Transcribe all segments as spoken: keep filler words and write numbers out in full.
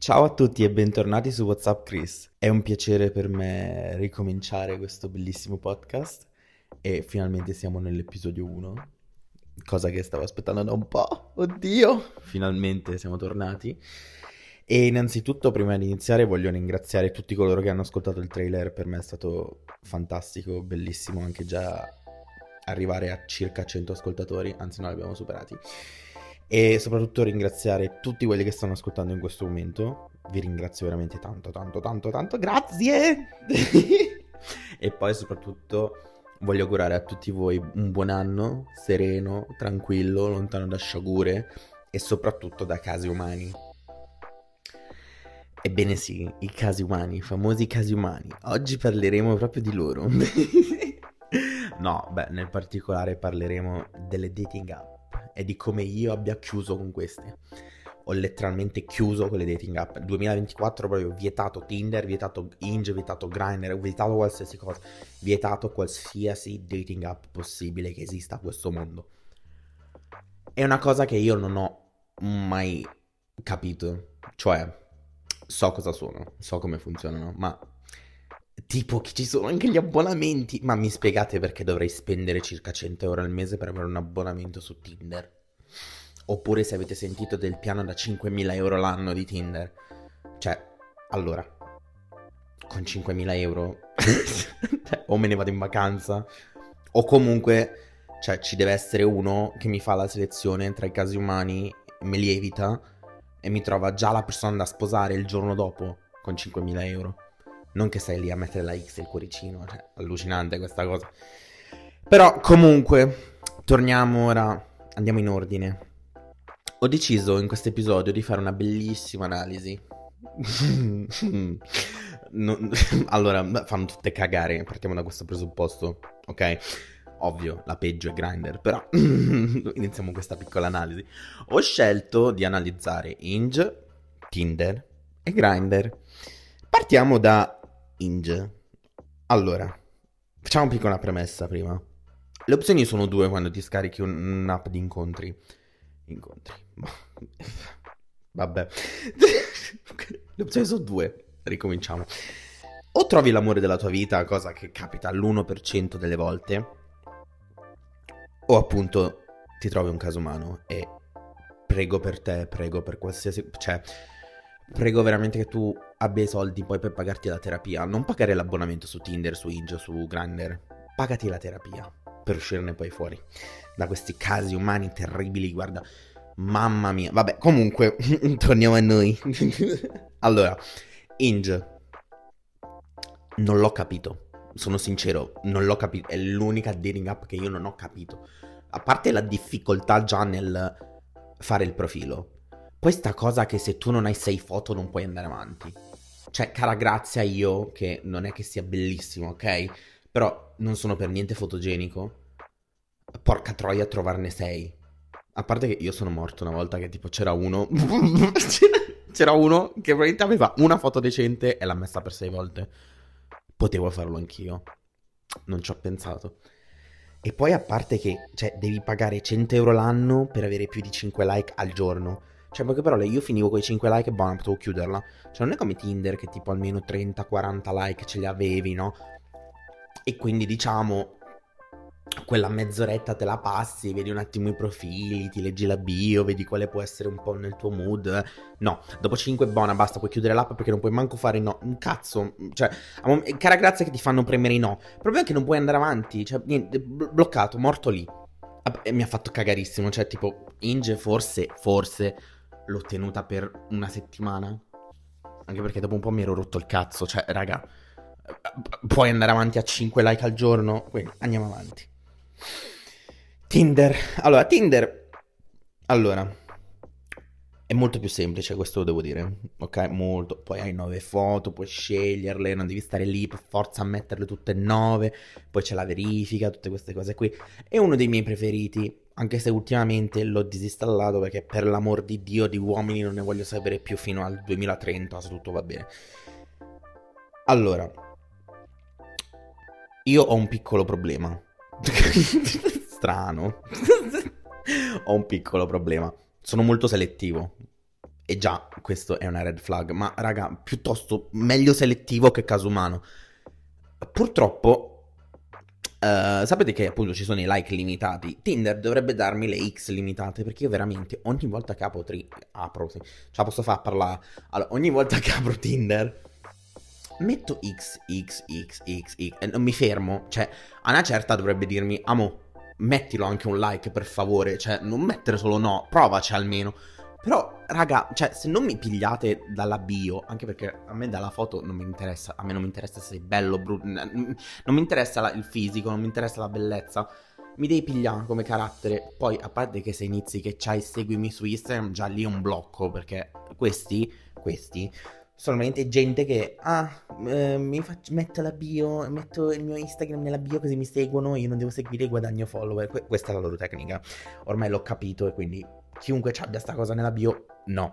Ciao a tutti e bentornati su WhatsApp Chris. È un piacere per me ricominciare questo bellissimo podcast e finalmente siamo nell'episodio uno, cosa che stavo aspettando da un po'. Oddio, finalmente siamo tornati. E innanzitutto, prima di iniziare, voglio ringraziare tutti coloro che hanno ascoltato il trailer. Per me è stato fantastico, bellissimo anche già arrivare a circa cento ascoltatori, anzi noi li abbiamo superati. E soprattutto ringraziare tutti quelli che stanno ascoltando in questo momento. Vi ringrazio veramente tanto, tanto, tanto, tanto. Grazie! E poi soprattutto voglio augurare a tutti voi un buon anno, sereno, tranquillo, lontano da sciagure e soprattutto da casi umani. Ebbene sì, i casi umani, i famosi casi umani. Oggi parleremo proprio di loro. No, beh, nel particolare parleremo delle dating app e di come io abbia chiuso con queste. Ho letteralmente chiuso con le dating app. duemilaventiquattro proprio vietato Tinder, vietato Hinge, vietato Grindr, vietato qualsiasi cosa. Vietato qualsiasi dating app possibile che esista a questo mondo. È una cosa che io non ho mai capito. Cioè, so cosa sono, so come funzionano, ma tipo che ci sono anche gli abbonamenti. Ma mi spiegate perché dovrei spendere circa cento euro al mese per avere un abbonamento su Tinder? Oppure se avete sentito del piano da cinquemila euro l'anno di Tinder. Cioè, allora, con cinquemila euro cioè, o me ne vado in vacanza, o comunque, cioè, ci deve essere uno che mi fa la selezione tra i casi umani, me li evita e mi trova già la persona da sposare il giorno dopo con cinquemila euro. Non che stai lì a mettere la X e il cuoricino, cioè, allucinante questa cosa. Però comunque, torniamo ora, andiamo in ordine. Ho deciso in questo episodio di fare una bellissima analisi. Non- allora, fanno tutte cagare, partiamo da questo presupposto, ok? Ovvio, la peggio è Grindr, però iniziamo questa piccola analisi. Ho scelto di analizzare Hinge, Tinder e Grindr. Partiamo da Hinge. Allora, facciamo una piccola premessa prima. Le opzioni sono due quando ti scarichi un- un'app di incontri. Incontri. Boh. Vabbè. Le opzioni sono due. Ricominciamo. O trovi l'amore della tua vita, cosa che capita all'uno per cento delle volte, o appunto ti trovi un caso umano e prego per te, prego per qualsiasi... Cioè, prego veramente che tu abbia i soldi poi per pagarti la terapia. Non pagare l'abbonamento su Tinder, su Hinge, su Grindr. Pagati la terapia per uscirne poi fuori da questi casi umani terribili, guarda. Mamma mia. Vabbè, comunque, torniamo a noi. Allora, Hinge. Non l'ho capito. Sono sincero, non l'ho capito. È l'unica dating app che io non ho capito. A parte la difficoltà già nel fare il profilo. Poi sta cosa che se tu non hai sei foto non puoi andare avanti. Cioè, cara grazia io, che non è che sia bellissimo, ok? Però non sono per niente fotogenico. Porca troia, trovarne sei. A parte che io sono morto una volta che tipo c'era uno... c'era, c'era uno che veramente aveva una foto decente e l'ha messa per sei volte. Potevo farlo anch'io. Non ci ho pensato. E poi a parte che, cioè, devi pagare cento euro l'anno per avere più di cinque like al giorno. Cioè, in poche parole, io finivo con i cinque like e buona, potevo chiuderla. Cioè, non è come Tinder che tipo almeno trenta quaranta like ce li avevi, no? E quindi, diciamo, quella mezz'oretta te la passi, vedi un attimo i profili, ti leggi la bio, vedi quale può essere un po' nel tuo mood. No, dopo cinque buona, basta, puoi chiudere l'app perché non puoi manco fare no. Un cazzo, cioè, a mom- cara grazia che ti fanno premere i no. Il problema è che non puoi andare avanti, cioè, niente, bl- bloccato, morto lì. Vabbè, e mi ha fatto cagarissimo, cioè, tipo, Inge forse, forse l'ho tenuta per una settimana. Anche perché dopo un po' mi ero rotto il cazzo, cioè, raga, puoi andare avanti a cinque like al giorno? Quindi andiamo avanti. Tinder. Allora, Tinder. Allora, è molto più semplice, questo lo devo dire. Ok, molto. Poi hai nove foto, puoi sceglierle, non devi stare lì per forza a metterle tutte nove. Poi c'è la verifica, tutte queste cose qui. È uno dei miei preferiti, anche se ultimamente l'ho disinstallato perché per l'amor di Dio di uomini non ne voglio sapere più fino al duemilatrenta, se tutto va bene. Allora, io ho un piccolo problema. Strano. Ho un piccolo problema. Sono molto selettivo. E già, questo è una red flag, ma raga, piuttosto meglio selettivo che caso umano. Purtroppo, eh, sapete che appunto ci sono i like limitati. Tinder dovrebbe darmi le X limitate, perché io veramente ogni volta che apro, tri- apro sì, ce la posso fare a parlare. Allora, ogni volta che apro Tinder metto X, X, X, X, X e non mi fermo. Cioè, a una certa dovrebbe dirmi, amo, mettilo anche un like per favore. Cioè, non mettere solo no, provaci almeno. Però, raga, cioè, se non mi pigliate dalla bio, anche perché a me dalla foto non mi interessa, a me non mi interessa se sei bello, brutto, non mi interessa la- il fisico, non mi interessa la bellezza, mi devi pigliare come carattere. Poi, a parte che se inizi che c'hai seguimi su Instagram, già lì è un blocco, perché questi, questi, solamente gente che, ah, eh, mi faccio, metto la bio, metto il mio Instagram nella bio così mi seguono, io non devo seguire e guadagno follower. Que- questa è la loro tecnica, ormai l'ho capito e quindi chiunque abbia sta cosa nella bio, no.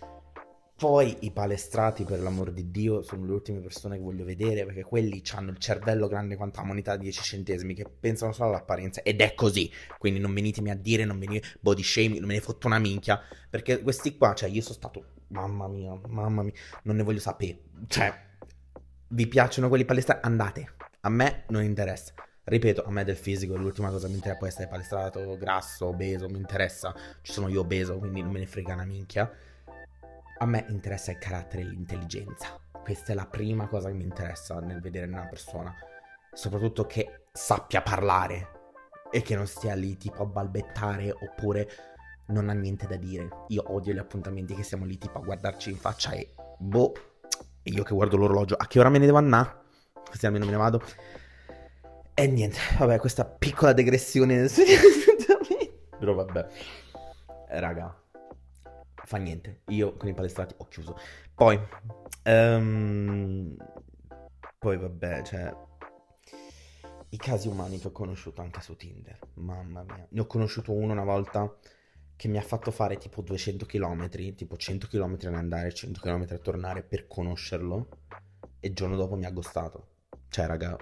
Poi i palestrati, per l'amor di Dio, sono le ultime persone che voglio vedere, perché quelli hanno il cervello grande quanto la moneta da dieci centesimi, che pensano solo all'apparenza, ed è così. Quindi non venitemi a dire, non venite body shaming, non me ne fotto una minchia, perché questi qua, cioè io sono stato, mamma mia, mamma mia, non ne voglio sapere. Cioè, vi piacciono quelli palestrati? Andate, a me non interessa. Ripeto, a me del fisico l'ultima cosa che mi interessa, può essere palestrato, grasso, obeso, mi interessa. Ci sono io obeso, quindi non me ne frega una minchia. A me interessa il carattere e l'intelligenza. Questa è la prima cosa che mi interessa nel vedere una persona. Soprattutto che sappia parlare e che non stia lì tipo a balbettare oppure non ha niente da dire. Io odio gli appuntamenti che siamo lì tipo a guardarci in faccia e boh, e io che guardo l'orologio, a che ora me ne devo andare? Così almeno me ne vado. E niente, vabbè, questa piccola digressione. Però vabbè, eh, raga, fa niente. Io con i palestrati ho chiuso. Poi, ehm, poi vabbè, cioè, i casi umani che ho conosciuto anche su Tinder. Mamma mia. Ne ho conosciuto uno una volta che mi ha fatto fare tipo duecento chilometri, tipo cento chilometri ad andare, cento chilometri a tornare per conoscerlo. E il giorno dopo mi ha ghostato. Cioè, raga,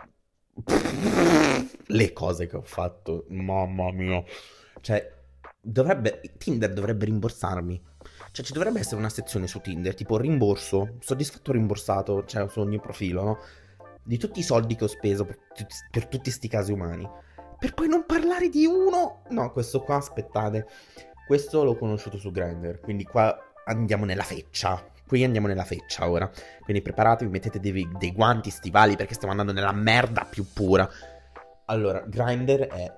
le cose che ho fatto, mamma mia. Cioè, dovrebbe, Tinder dovrebbe rimborsarmi. Cioè, ci dovrebbe essere una sezione su Tinder, tipo rimborso, soddisfatto o rimborsato, cioè su ogni profilo, no? Di tutti i soldi che ho speso per, tut- per tutti sti casi umani. Per poi non parlare di uno. No, questo qua, aspettate. Questo l'ho conosciuto su Grindr, quindi qua andiamo nella feccia. Qui andiamo nella feccia ora. Quindi preparatevi, mettete dei, dei guanti, stivali, perché stiamo andando nella merda più pura. Allora, Grindr è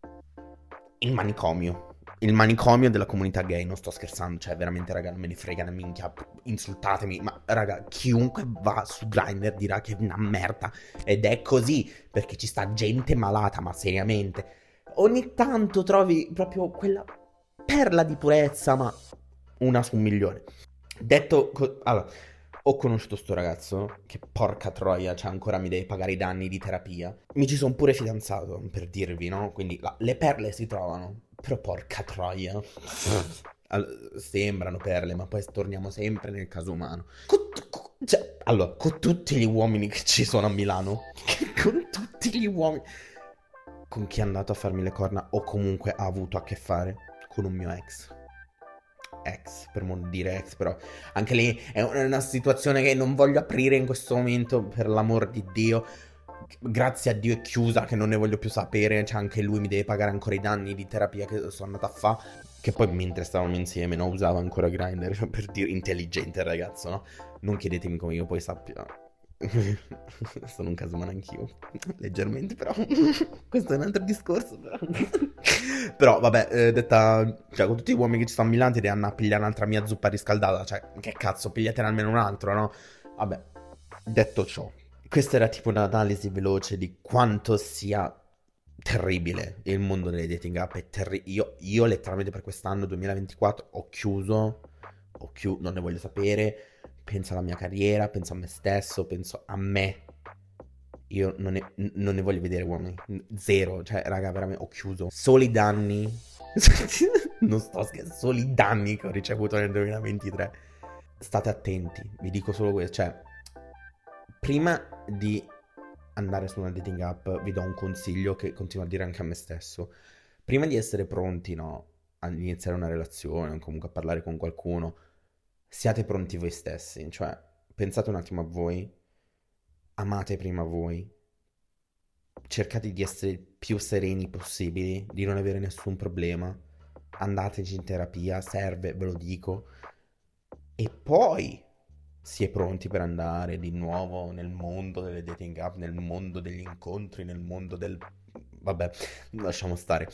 il manicomio. Il manicomio della comunità gay, non sto scherzando, cioè veramente raga, non me ne frega una minchia, insultatemi, ma raga, chiunque va su Grindr dirà che è una merda, ed è così, perché ci sta gente malata, ma seriamente. Ogni tanto trovi proprio quella perla di purezza, ma una su un milione. Detto, co- allora, ho conosciuto sto ragazzo che porca troia, cioè ancora mi deve pagare i danni di terapia. Mi ci sono pure fidanzato, per dirvi, no? Quindi la- le perle si trovano, però porca troia. All- sembrano perle, ma poi torniamo sempre nel caso umano. Con, con- cioè, allora, con tutti gli uomini che ci sono a Milano, con tutti gli uomini, con chi è andato a farmi le corna o comunque ha avuto a che fare con un mio ex. Ex, per non dire ex, però anche lì è una situazione che non voglio aprire in questo momento, per l'amor di Dio. Grazie a Dio è chiusa, che non ne voglio più sapere. Cioè, anche lui mi deve pagare ancora i danni di terapia che sono andata a fare. Che poi mentre stavamo insieme, no, usava ancora Grindr, cioè, per dire intelligente il ragazzo, no? Non chiedetemi come io poi sappia. Sono un casomane anch'io, leggermente, però questo è un altro discorso, però. Però vabbè, eh, detta, cioè, con tutti gli uomini che ci stanno a Milano ti devono pigliare un'altra mia zuppa riscaldata, cioè che cazzo, pigliatene almeno un altro, no? Vabbè, detto ciò, questa era tipo un'analisi veloce di quanto sia terribile il mondo delle dating app. È terri- io, io letteralmente per quest'anno duemilaventiquattro ho chiuso, ho chiuso, non ne voglio sapere. Penso alla mia carriera, penso a me stesso, penso a me. Io non ne, non ne voglio vedere uomini. Zero. Cioè, raga, veramente ho chiuso. Soli danni. Non sto scherzando. Soli danni che ho ricevuto nel duemilaventitré. State attenti. Vi dico solo questo. Cioè, prima di andare su una dating app, vi do un consiglio che continuo a dire anche a me stesso. Prima di essere pronti, no, ad iniziare una relazione o comunque a parlare con qualcuno, siate pronti voi stessi, cioè pensate un attimo a voi, amate prima voi, cercate di essere più sereni possibili, di non avere nessun problema, andateci in terapia, serve, ve lo dico, e poi si è pronti per andare di nuovo nel mondo delle dating app, nel mondo degli incontri, nel mondo del... Vabbè, lasciamo stare.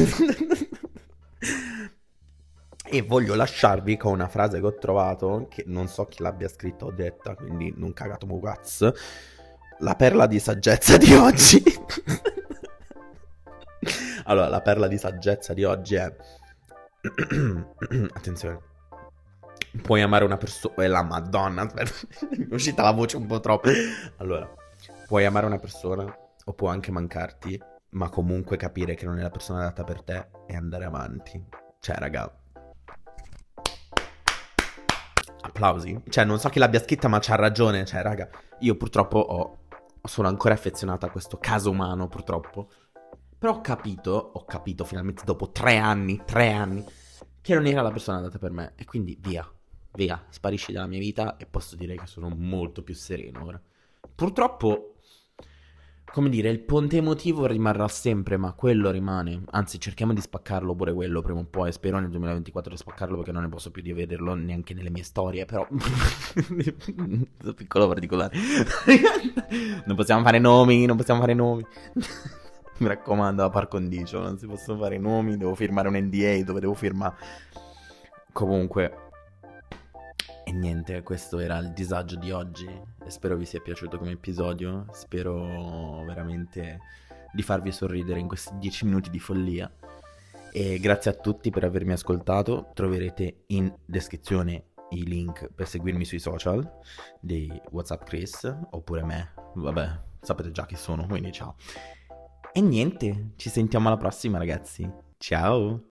E voglio lasciarvi con una frase che ho trovato, che non so chi l'abbia scritta o detta, quindi non cagato mo cazzo. La perla di saggezza di oggi. Allora, la perla di saggezza di oggi è... Attenzione. Puoi amare una persona... Eh, la madonna, aspetta. Mi è uscita la voce un po' troppo. Allora, puoi amare una persona o può anche mancarti, ma comunque capire che non è la persona adatta per te e andare avanti. Cioè, raga... Applausi. Cioè, non so chi l'abbia scritta, ma c'ha ragione. Cioè, raga, io purtroppo ho... sono ancora affezionato a questo caso umano, purtroppo. Però ho capito, ho capito finalmente dopo tre anni, tre anni, che non era la persona adatta per me. E quindi via, via, sparisci dalla mia vita e posso dire che sono molto più sereno ora. Purtroppo, come dire, il ponte emotivo rimarrà sempre, ma quello rimane. Anzi, cerchiamo di spaccarlo pure quello prima o poi. Spero nel duemilaventiquattro di spaccarlo perché non ne posso più di vederlo neanche nelle mie storie, però... Questo piccolo particolare. Non possiamo fare nomi, non possiamo fare nomi. Mi raccomando, a par condicio, non si possono fare nomi, devo firmare un N D A dove devo firmare. Comunque... E niente, questo era il disagio di oggi. E spero vi sia piaciuto come episodio. Spero veramente di farvi sorridere in questi dieci minuti di follia. E grazie a tutti per avermi ascoltato. Troverete in descrizione i link per seguirmi sui social di WhatsApp Chris, oppure me. Vabbè, sapete già chi sono, quindi ciao. E niente, ci sentiamo alla prossima, ragazzi. Ciao!